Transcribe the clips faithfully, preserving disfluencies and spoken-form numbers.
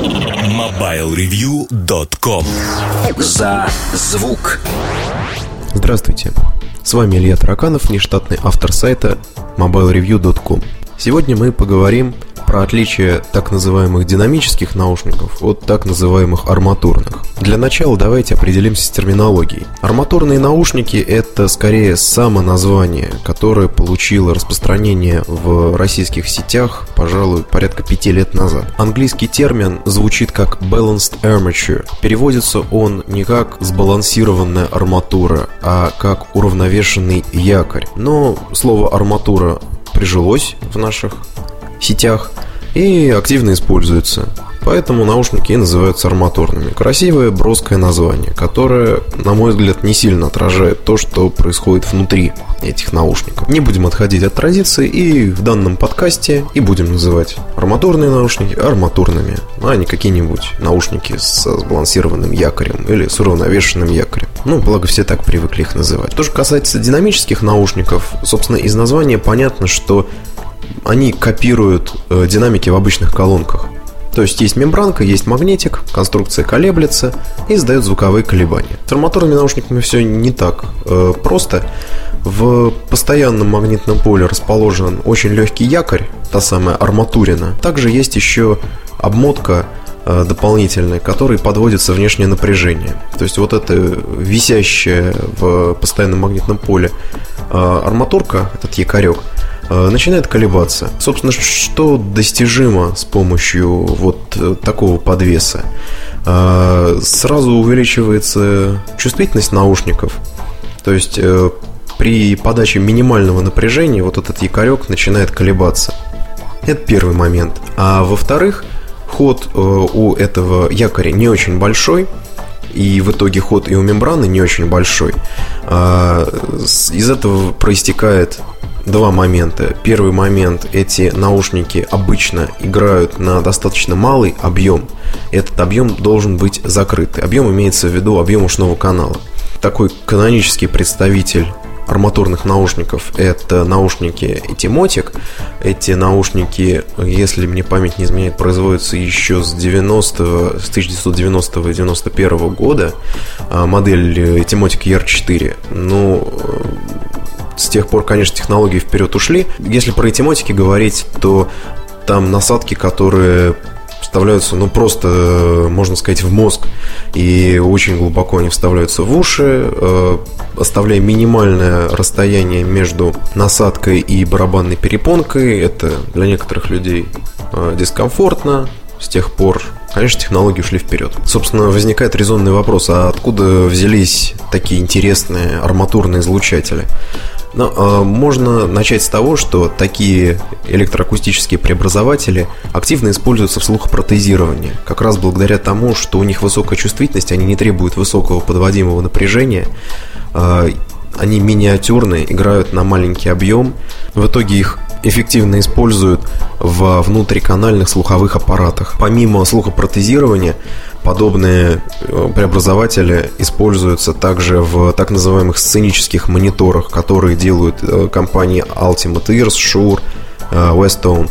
мобайл ревью точка ком. За звук. Здравствуйте, с вами Илья Тараканов, нештатный автор сайта мобайл ревью точка ком. Сегодня мы поговорим про отличие так называемых динамических наушников от так называемых арматурных. Для начала давайте определимся с терминологией. Арматурные наушники — это скорее самоназвание, которое получило распространение в российских сетях, пожалуй, порядка пяти лет назад. Английский термин звучит как balanced armature. Переводится он не как сбалансированная арматура, а как уравновешенный якорь. Но слово арматура прижилось в наших сетях и активно используется. Поэтому наушники и называются арматурными. Красивое, броское название, которое, на мой взгляд, не сильно отражает то, что происходит внутри этих наушников. Не будем отходить от традиции и в данном подкасте и будем называть арматурные наушники арматурными, а не какие-нибудь наушники со сбалансированным якорем или с уравновешенным якорем. Ну, благо все так привыкли их называть. Что же касается динамических наушников, собственно, из названия понятно, что они копируют э, динамики в обычных колонках. То есть есть мембранка, есть магнитик, конструкция колеблется и издает звуковые колебания. С арматурными наушниками все не так э, просто. В постоянном магнитном поле расположен очень легкий якорь, та самая арматурина. Также есть еще обмотка э, дополнительная, которой подводится внешнее напряжение. То есть вот эта висящая в постоянном магнитном поле э, арматурка, этот якорек, начинает колебаться. Собственно, что достижимо с помощью вот такого подвеса? Сразу увеличивается чувствительность наушников. То есть при подаче минимального напряжения вот этот якорек начинает колебаться. Это первый момент. А во-вторых, ход у этого якоря не очень большой, и в итоге ход и у мембраны не очень большой. Из этого проистекает два момента. Первый момент: эти наушники обычно играют на достаточно малый объем. Этот объем должен быть закрытый. Объем имеется в виду объем ушного канала. Такой канонический представитель арматурных наушников — это наушники Etimotic. Эти наушники, если мне память не изменяет, производятся еще с девяностого, с тысяча девятьсот девяностого и девяносто первого года. Модель Etimotic и ар четыре. Ну, с тех пор, конечно, технологии вперед ушли. Если про Etimotic говорить, то там насадки, которые вставляются, ну, просто, можно сказать, в мозг. И очень глубоко они вставляются в уши, э, оставляя минимальное расстояние между насадкой и барабанной перепонкой. Это для некоторых людей э, дискомфортно. С тех пор, конечно, технологии ушли вперед. Собственно, возникает резонный вопрос: а откуда взялись такие интересные арматурные излучатели? Но, э, можно начать с того, что такие электроакустические преобразователи активно используются в слухопротезировании. Как раз благодаря тому, что у них высокая чувствительность, они не требуют высокого подводимого напряжения, э, они миниатюрные, играют на маленький объем. В итоге их эффективно используют во внутриканальных слуховых аппаратах. Помимо слухопротезирования, подобные преобразователи используются также в так называемых сценических мониторах, которые делают компании Ultimate Ears, Shure, Westone.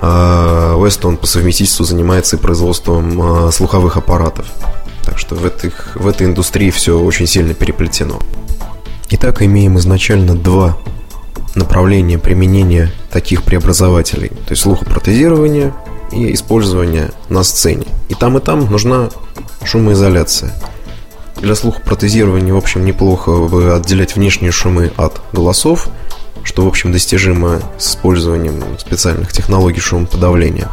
Westone по совместительству занимается и производством слуховых аппаратов. Так что в, этих, в этой индустрии все очень сильно переплетено. Итак, имеем изначально два направления применения таких преобразователей. То есть слухопротезирование и использование на сцене. И там, и там нужна шумоизоляция. Для слухопротезирования, в общем, неплохо бы отделять внешние шумы от голосов, что, в общем, достижимо с использованием специальных технологий шумоподавления.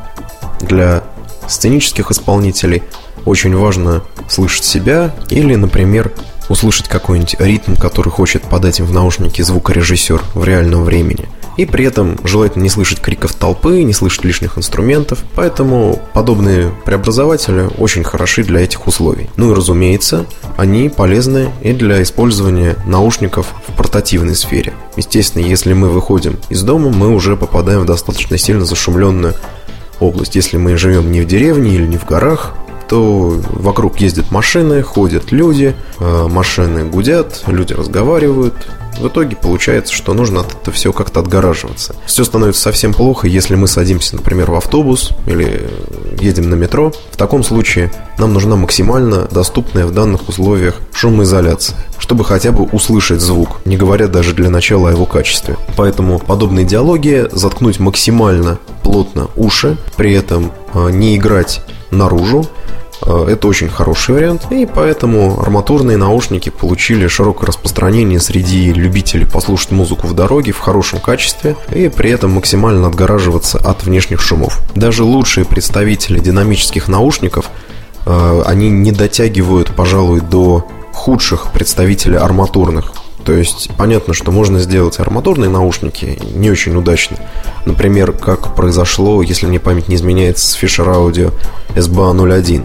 Для сценических исполнителей очень важно слышать себя или, например, услышать какой-нибудь ритм, который хочет подать им в наушники звукорежиссер в реальном времени. И при этом желательно не слышать криков толпы, не слышать лишних инструментов. Поэтому подобные преобразователи очень хороши для этих условий. Ну и, разумеется, они полезны и для использования наушников в портативной сфере. Естественно, если мы выходим из дома, мы уже попадаем в достаточно сильно зашумленную область. Если мы живем не в деревне или не в горах, то вокруг ездят машины, ходят люди, машины гудят, люди разговаривают. В итоге получается, что нужно от этого все как-то отгораживаться. Все становится совсем плохо, если мы садимся, например, в автобус или едем на метро. В таком случае нам нужна максимально доступная в данных условиях шумоизоляция, чтобы хотя бы услышать звук, не говоря даже для начала о его качестве. Поэтому подобной идеологии заткнуть максимально плотно уши, при этом не играть наружу. Это очень хороший вариант, и поэтому арматурные наушники получили широкое распространение среди любителей послушать музыку в дороге в хорошем качестве и при этом максимально отгораживаться от внешних шумов. Даже лучшие представители динамических наушников, они не дотягивают, пожалуй, до худших представителей арматурных. То есть понятно, что можно сделать арматурные наушники не очень удачно. Например, как произошло, если мне память не изменяет, с Fisher Audio эс би эй ноль один.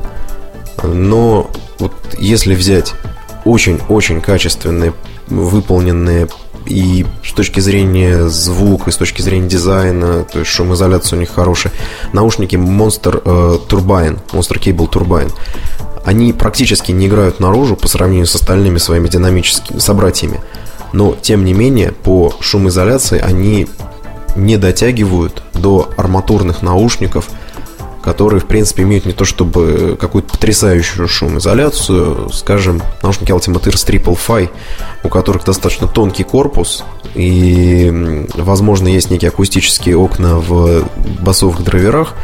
Но вот если взять очень-очень качественные, выполненные и с точки зрения звука, и с точки зрения дизайна, то есть шумоизоляция у них хорошая, наушники Monster э, Turbine, Monster Cable Turbine, они практически не играют наружу по сравнению с остальными своими динамическими собратьями. Но, тем не менее, по шумоизоляции они не дотягивают до арматурных наушников, которые, в принципе, имеют не то чтобы какую-то потрясающую шумоизоляцию. Скажем, наушники Ultimate Ears Triple Fi, у которых достаточно тонкий корпус, и, возможно, есть некие акустические окна в басовых драйверах.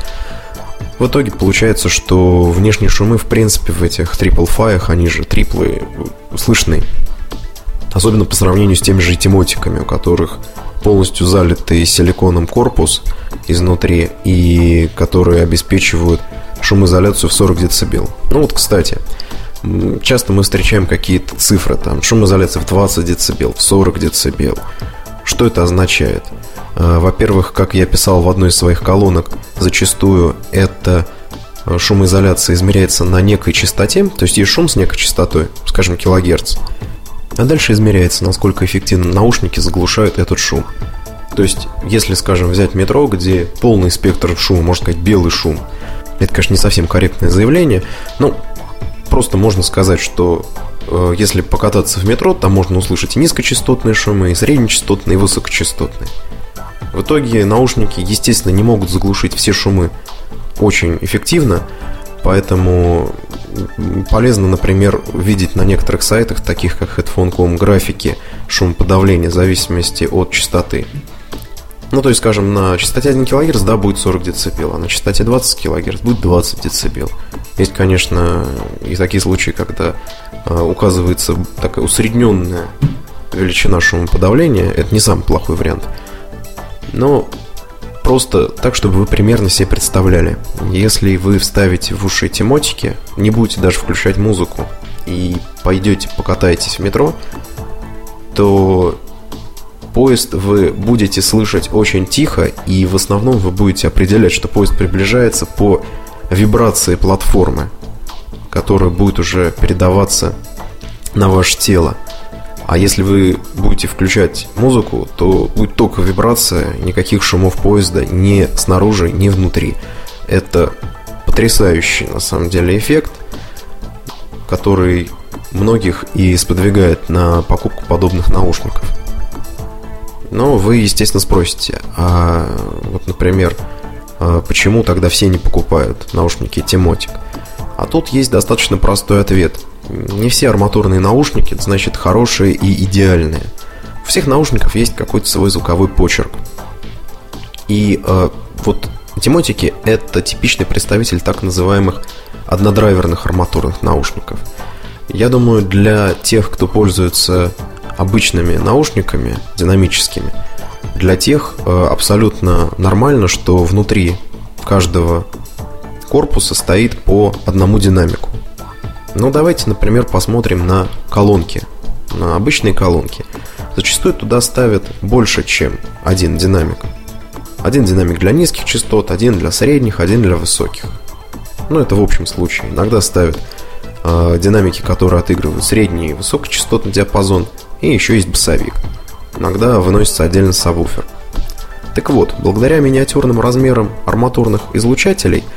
В итоге получается, что внешние шумы, в принципе, в этих Triple Fi, они же триплы, слышны. Особенно по сравнению с теми же этимотиками, у которых полностью залитый силиконом корпус изнутри, и которые обеспечивают шумоизоляцию в сорок децибел. Ну вот, кстати, часто мы встречаем какие-то цифры, там, шумоизоляция в двадцать децибел, в сорок децибел. Что это означает? Во-первых, как я писал в одной из своих колонок, зачастую эта шумоизоляция измеряется на некой частоте, то есть есть шум с некой частотой, скажем, килогерц. А дальше измеряется, насколько эффективно наушники заглушают этот шум. То есть, если, скажем, взять метро, где полный спектр шума, можно сказать, белый шум, это, конечно, не совсем корректное заявление, но просто можно сказать, что э, если покататься в метро, там можно услышать и низкочастотные шумы, и среднечастотные, и высокочастотные. В итоге наушники, естественно, не могут заглушить все шумы очень эффективно, поэтому полезно, например, видеть на некоторых сайтах, таких как Headphone точка ком, графики шумоподавления в зависимости от частоты. Ну, то есть, скажем, на частоте один килогерц, да, будет сорок децибел, а на частоте двадцать килогерц будет двадцать децибел. Есть, конечно, и такие случаи, когда э, указывается такая усредненная величина шумоподавления. Это не самый плохой вариант. Но просто так, чтобы вы примерно себе представляли. Если вы вставите в уши этимотики, не будете даже включать музыку и пойдете покатаетесь в метро, то поезд вы будете слышать очень тихо, и в основном вы будете определять, что поезд приближается по вибрации платформы, которая будет уже передаваться на ваше тело. А если вы будете включать музыку, то будет только вибрация, никаких шумов поезда ни снаружи, ни внутри. Это потрясающий, на самом деле, эффект, который многих и сподвигает на покупку подобных наушников. Но вы, естественно, спросите, а вот, например, почему тогда все не покупают наушники Temotic? А тут есть достаточно простой ответ. Не все арматурные наушники, значит, хорошие и идеальные. У всех наушников есть какой-то свой звуковой почерк. И э, вот Temotic — это типичный представитель так называемых однодрайверных арматурных наушников. Я думаю, для тех, кто пользуется обычными наушниками динамическими, для тех э, абсолютно нормально, что внутри каждого корпуса стоит по одному динамику. Ну, давайте, например, посмотрим на колонки, на обычные колонки. Зачастую туда ставят больше, чем один динамик. Один динамик для низких частот, один для средних, один для высоких. Ну, это в общем случае. Иногда ставят э, динамики, которые отыгрывают средний и высокочастотный диапазон, и еще есть басовик. Иногда выносится отдельно сабвуфер. Так вот, благодаря миниатюрным размерам арматурных излучателей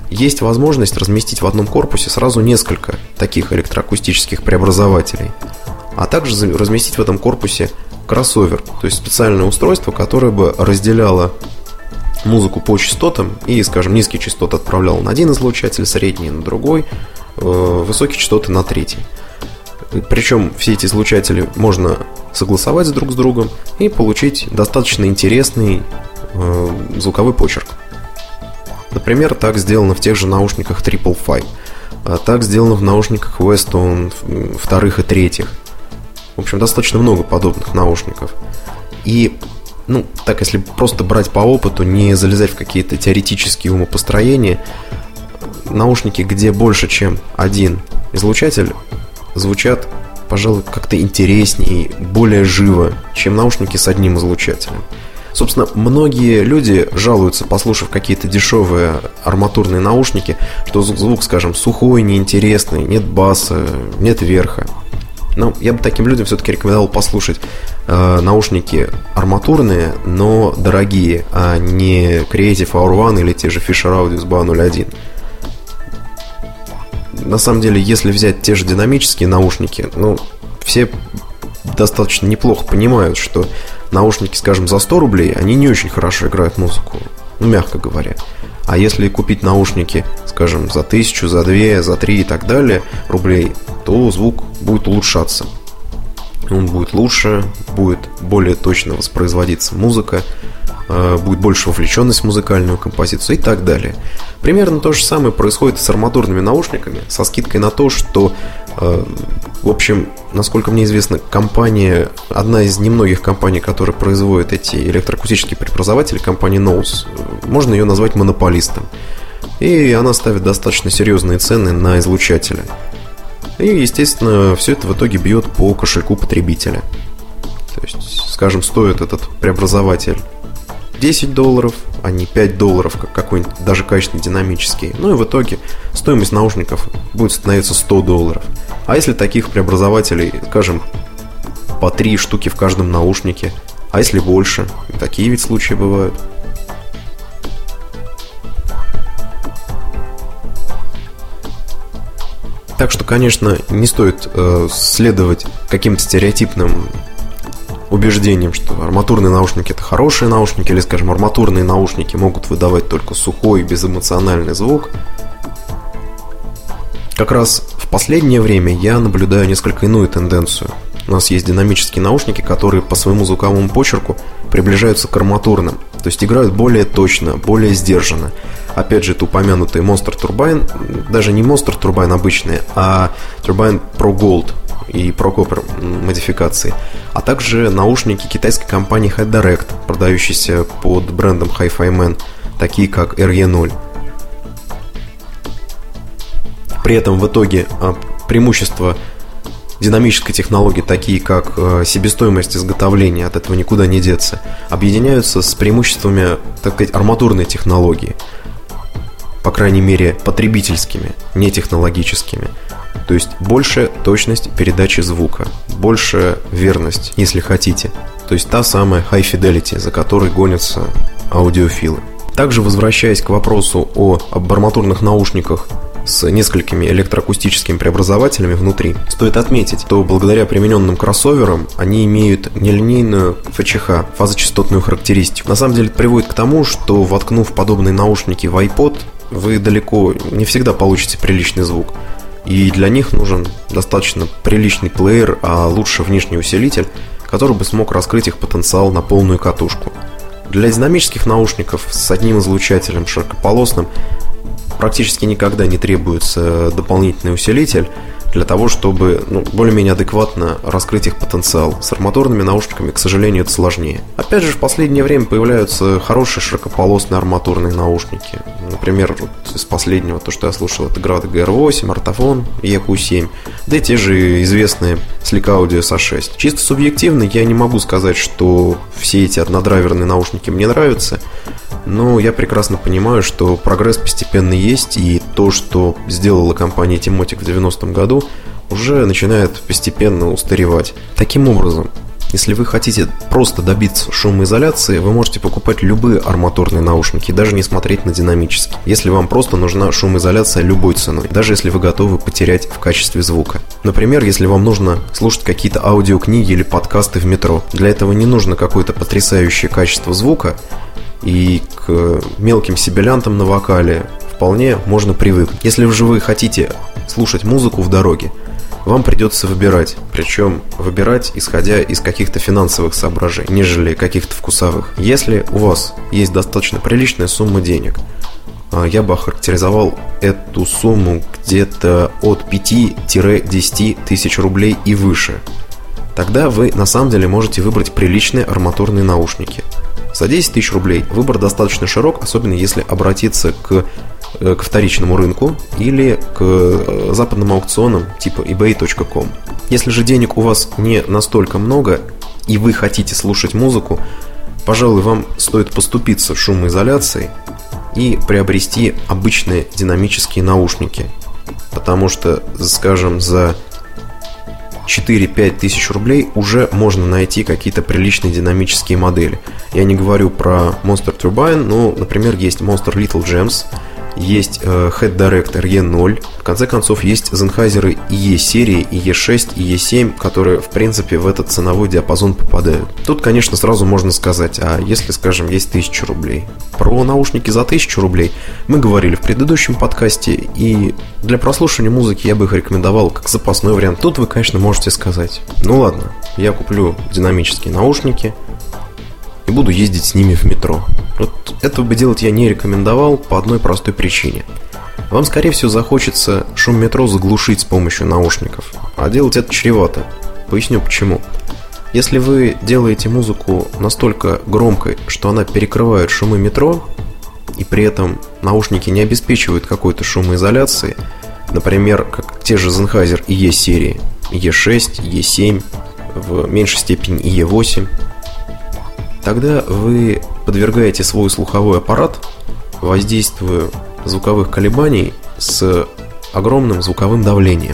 есть возможность разместить в одном корпусе сразу несколько таких электроакустических преобразователей, а также разместить в этом корпусе кроссовер, то есть специальное устройство, которое бы разделяло музыку по частотам и, скажем, низкие частоты отправлял на один излучатель, средний на другой, высокие частоты на третий. Причем все эти излучатели можно согласовать друг с другом и получить достаточно интересный э, звуковой почерк. Например, так сделано в тех же наушниках Triple Five, а так сделано в наушниках Weston вторых и третьих. В общем, достаточно много подобных наушников. И, ну, так, если просто брать по опыту, не залезать в какие-то теоретические умопостроения, наушники, где больше, чем один излучатель, звучат, пожалуй, как-то интереснее, более живо, чем наушники с одним излучателем. Собственно, многие люди жалуются, послушав какие-то дешевые арматурные наушники, что звук, скажем, сухой, неинтересный, нет баса, нет верха. Но я бы таким людям все-таки рекомендовал послушать э, наушники арматурные, но дорогие, а не Creative Hour One или те же Fisher Audio эс би эй ноль один. На самом деле, если взять те же динамические наушники, ну, все достаточно неплохо понимают, что наушники, скажем, за сто рублей, они не очень хорошо играют музыку, ну, мягко говоря. А если купить наушники, скажем, за тысячу, за две, за три и так далее рублей, то звук будет улучшаться. Он будет лучше, будет более точно воспроизводиться музыка, будет больше вовлеченность в музыкальную композицию и так далее. Примерно то же самое происходит и с арматурными наушниками, со скидкой на то, что, в общем, насколько мне известно, компания, одна из немногих компаний, которая производит эти электроакустические преобразователи, компания Noise, можно ее назвать монополистом. И она ставит достаточно серьезные цены на излучатели. И, естественно, все это в итоге бьет по кошельку потребителя. То есть, скажем, стоит этот преобразователь десять долларов, а не пять долларов, как какой-нибудь даже качественный динамический. Ну и в итоге стоимость наушников будет становиться сто долларов. А если таких преобразователей, скажем, по три штуки в каждом наушнике, а если больше, такие ведь случаи бывают. Так что, конечно, не стоит э, следовать каким-то стереотипным убеждением, что арматурные наушники — это хорошие наушники, или, скажем, арматурные наушники могут выдавать только сухой, безэмоциональный звук. Как раз в последнее время я наблюдаю несколько иную тенденцию. У нас есть динамические наушники, которые по своему звуковому почерку приближаются к арматурным, то есть играют более точно, более сдержанно. Опять же, это упомянутый Monster Turbine, даже не Monster Turbine обычные, а Turbine Pro Gold и Pro Copper модификации, а также наушники китайской компании HeadDirect, продающиеся под брендом Hi-Fi Man, такие как эр и ноль. При этом в итоге преимущества динамической технологии, такие как себестоимость изготовления, от этого никуда не деться, объединяются с преимуществами, так сказать, арматурной технологии, по крайней мере потребительскими, не технологическими. То есть больше точность передачи звука, больше верность, если хотите. То есть та самая high fidelity, за которой гонятся аудиофилы. Также, возвращаясь к вопросу о об арматурных наушниках с несколькими электроакустическими преобразователями внутри, стоит отметить, что благодаря примененным кроссоверам они имеют нелинейную эф эйч эйч, фазочастотную характеристику. На самом деле это приводит к тому, что, воткнув подобные наушники в iPod, вы далеко не всегда получите приличный звук. И для них нужен достаточно приличный плеер, а лучше внешний усилитель, который бы смог раскрыть их потенциал на полную катушку. Для динамических наушников с одним излучателем широкополосным практически никогда не требуется дополнительный усилитель для того, чтобы ну, более-менее адекватно раскрыть их потенциал. С арматурными наушниками, к сожалению, это сложнее. Опять же, в последнее время появляются хорошие широкополосные арматурные наушники. Например, вот из последнего, то, что я слушал, это Grado джи ар восемь, Artafon и и кью семь, да и те же известные Slick Audio эс а шесть. Чисто субъективно я не могу сказать, что все эти однодрайверные наушники мне нравятся, но я прекрасно понимаю, что прогресс постепенно есть, и то, что сделала компания Temotic в девяностом году, уже начинает постепенно устаревать. Таким образом, Если вы хотите просто добиться шумоизоляции, вы можете покупать любые арматурные наушники, даже не смотреть на динамические. Если вам просто нужна шумоизоляция любой ценой, даже если вы готовы потерять в качестве звука. Например, если вам нужно слушать какие-то аудиокниги или подкасты в метро. Для этого не нужно какое-то потрясающее качество звука, и к мелким сибилянтам на вокале вполне можно привыкнуть. Если же вы хотите слушать музыку в дороге, вам придется выбирать, причем выбирать исходя из каких-то финансовых соображений, нежели каких-то вкусовых. Если у вас есть достаточно приличная сумма денег, я бы охарактеризовал эту сумму где-то от пяти-десяти тысяч рублей и выше, тогда вы на самом деле можете выбрать приличные арматурные наушники. За десять тысяч рублей выбор достаточно широк, особенно если обратиться к, к вторичному рынку или к западным аукционам типа и бэй точка ком. Если же денег у вас не настолько много и вы хотите слушать музыку, пожалуй, вам стоит поступиться шумоизоляцией и приобрести обычные динамические наушники, потому что, скажем, за четыре-пять тысяч рублей уже можно найти какие-то приличные динамические модели. Я не говорю про Monster Turbine, но, например, есть Monster Little Gems, есть э, Head Direct эр и ноль. В конце концов, есть Sennheiser и и серии, и и шесть, и и семь, которые, в принципе, в этот ценовой диапазон попадают. Тут, конечно, сразу можно сказать, а если, скажем, есть тысяча рублей? Про наушники за тысячу рублей мы говорили в предыдущем подкасте, и для прослушивания музыки я бы их рекомендовал как запасной вариант. Тут вы, конечно, можете сказать, ну ладно, я куплю динамические наушники и буду ездить с ними в метро. Вот этого бы делать я не рекомендовал по одной простой причине. Вам, скорее всего, захочется шум метро заглушить с помощью наушников, а делать это чревато. Поясню почему. Если вы делаете музыку настолько громкой, что она перекрывает шумы метро, и при этом наушники не обеспечивают какой-то шумоизоляции, например, как те же Sennheiser и и серии, и и шесть, и и семь, в меньшей степени и и восемь, тогда вы подвергаете свой слуховой аппарат воздействию звуковых колебаний с огромным звуковым давлением.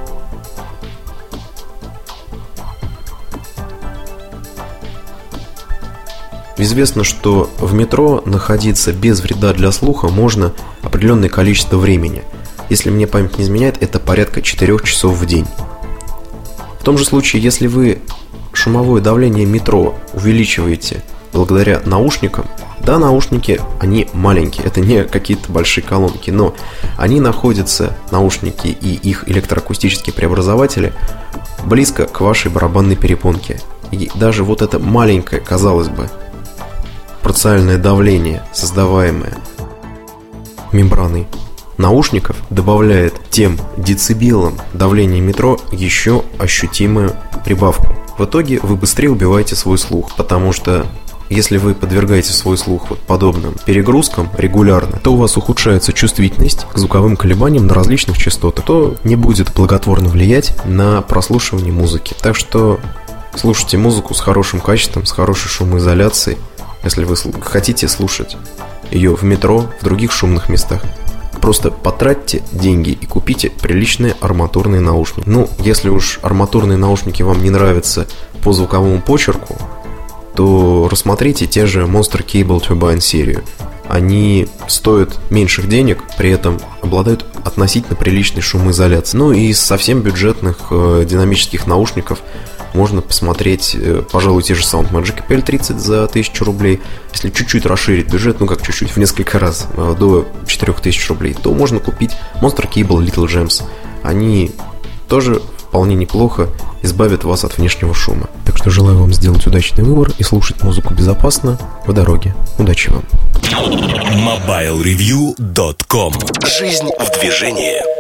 Известно, что в метро находиться без вреда для слуха можно определенное количество времени. Если мне память не изменяет, это порядка четырех часов в день. В том же случае, если вы шумовое давление метро увеличиваете благодаря наушникам, да, наушники, они маленькие, это не какие-то большие колонки, но они находятся, наушники и их электроакустические преобразователи, близко к вашей барабанной перепонке. И даже вот это маленькое, казалось бы, парциальное давление, создаваемое мембраной наушников, добавляет тем децибелам давления метро еще ощутимую прибавку. В итоге вы быстрее убиваете свой слух, потому что если вы подвергаете свой слух вот подобным перегрузкам регулярно, то у вас ухудшается чувствительность к звуковым колебаниям на различных частотах, то не будет благотворно влиять на прослушивание музыки. Так что слушайте музыку с хорошим качеством, с хорошей шумоизоляцией, если вы хотите слушать ее в метро, в других шумных местах. Просто потратьте деньги и купите приличные арматурные наушники. Ну, если уж арматурные наушники вам не нравятся по звуковому почерку, то рассмотрите те же Monster Cable Turbine серию. Они стоят меньших денег, при этом обладают относительно приличной шумоизоляцией. Ну и из совсем бюджетных э, динамических наушников можно посмотреть, э, пожалуй, те же SoundMagic пи эл тридцать за тысячу рублей. Если чуть-чуть расширить бюджет, ну как чуть-чуть, в несколько раз, э, до четырех тысяч рублей, то можно купить Monster Cable Little Gems. Они тоже вполне неплохо избавят вас от внешнего шума. Так что желаю вам сделать удачный выбор и слушать музыку безопасно в дороге. Удачи вам! мобайл ревью точка ком. Жизнь в движении.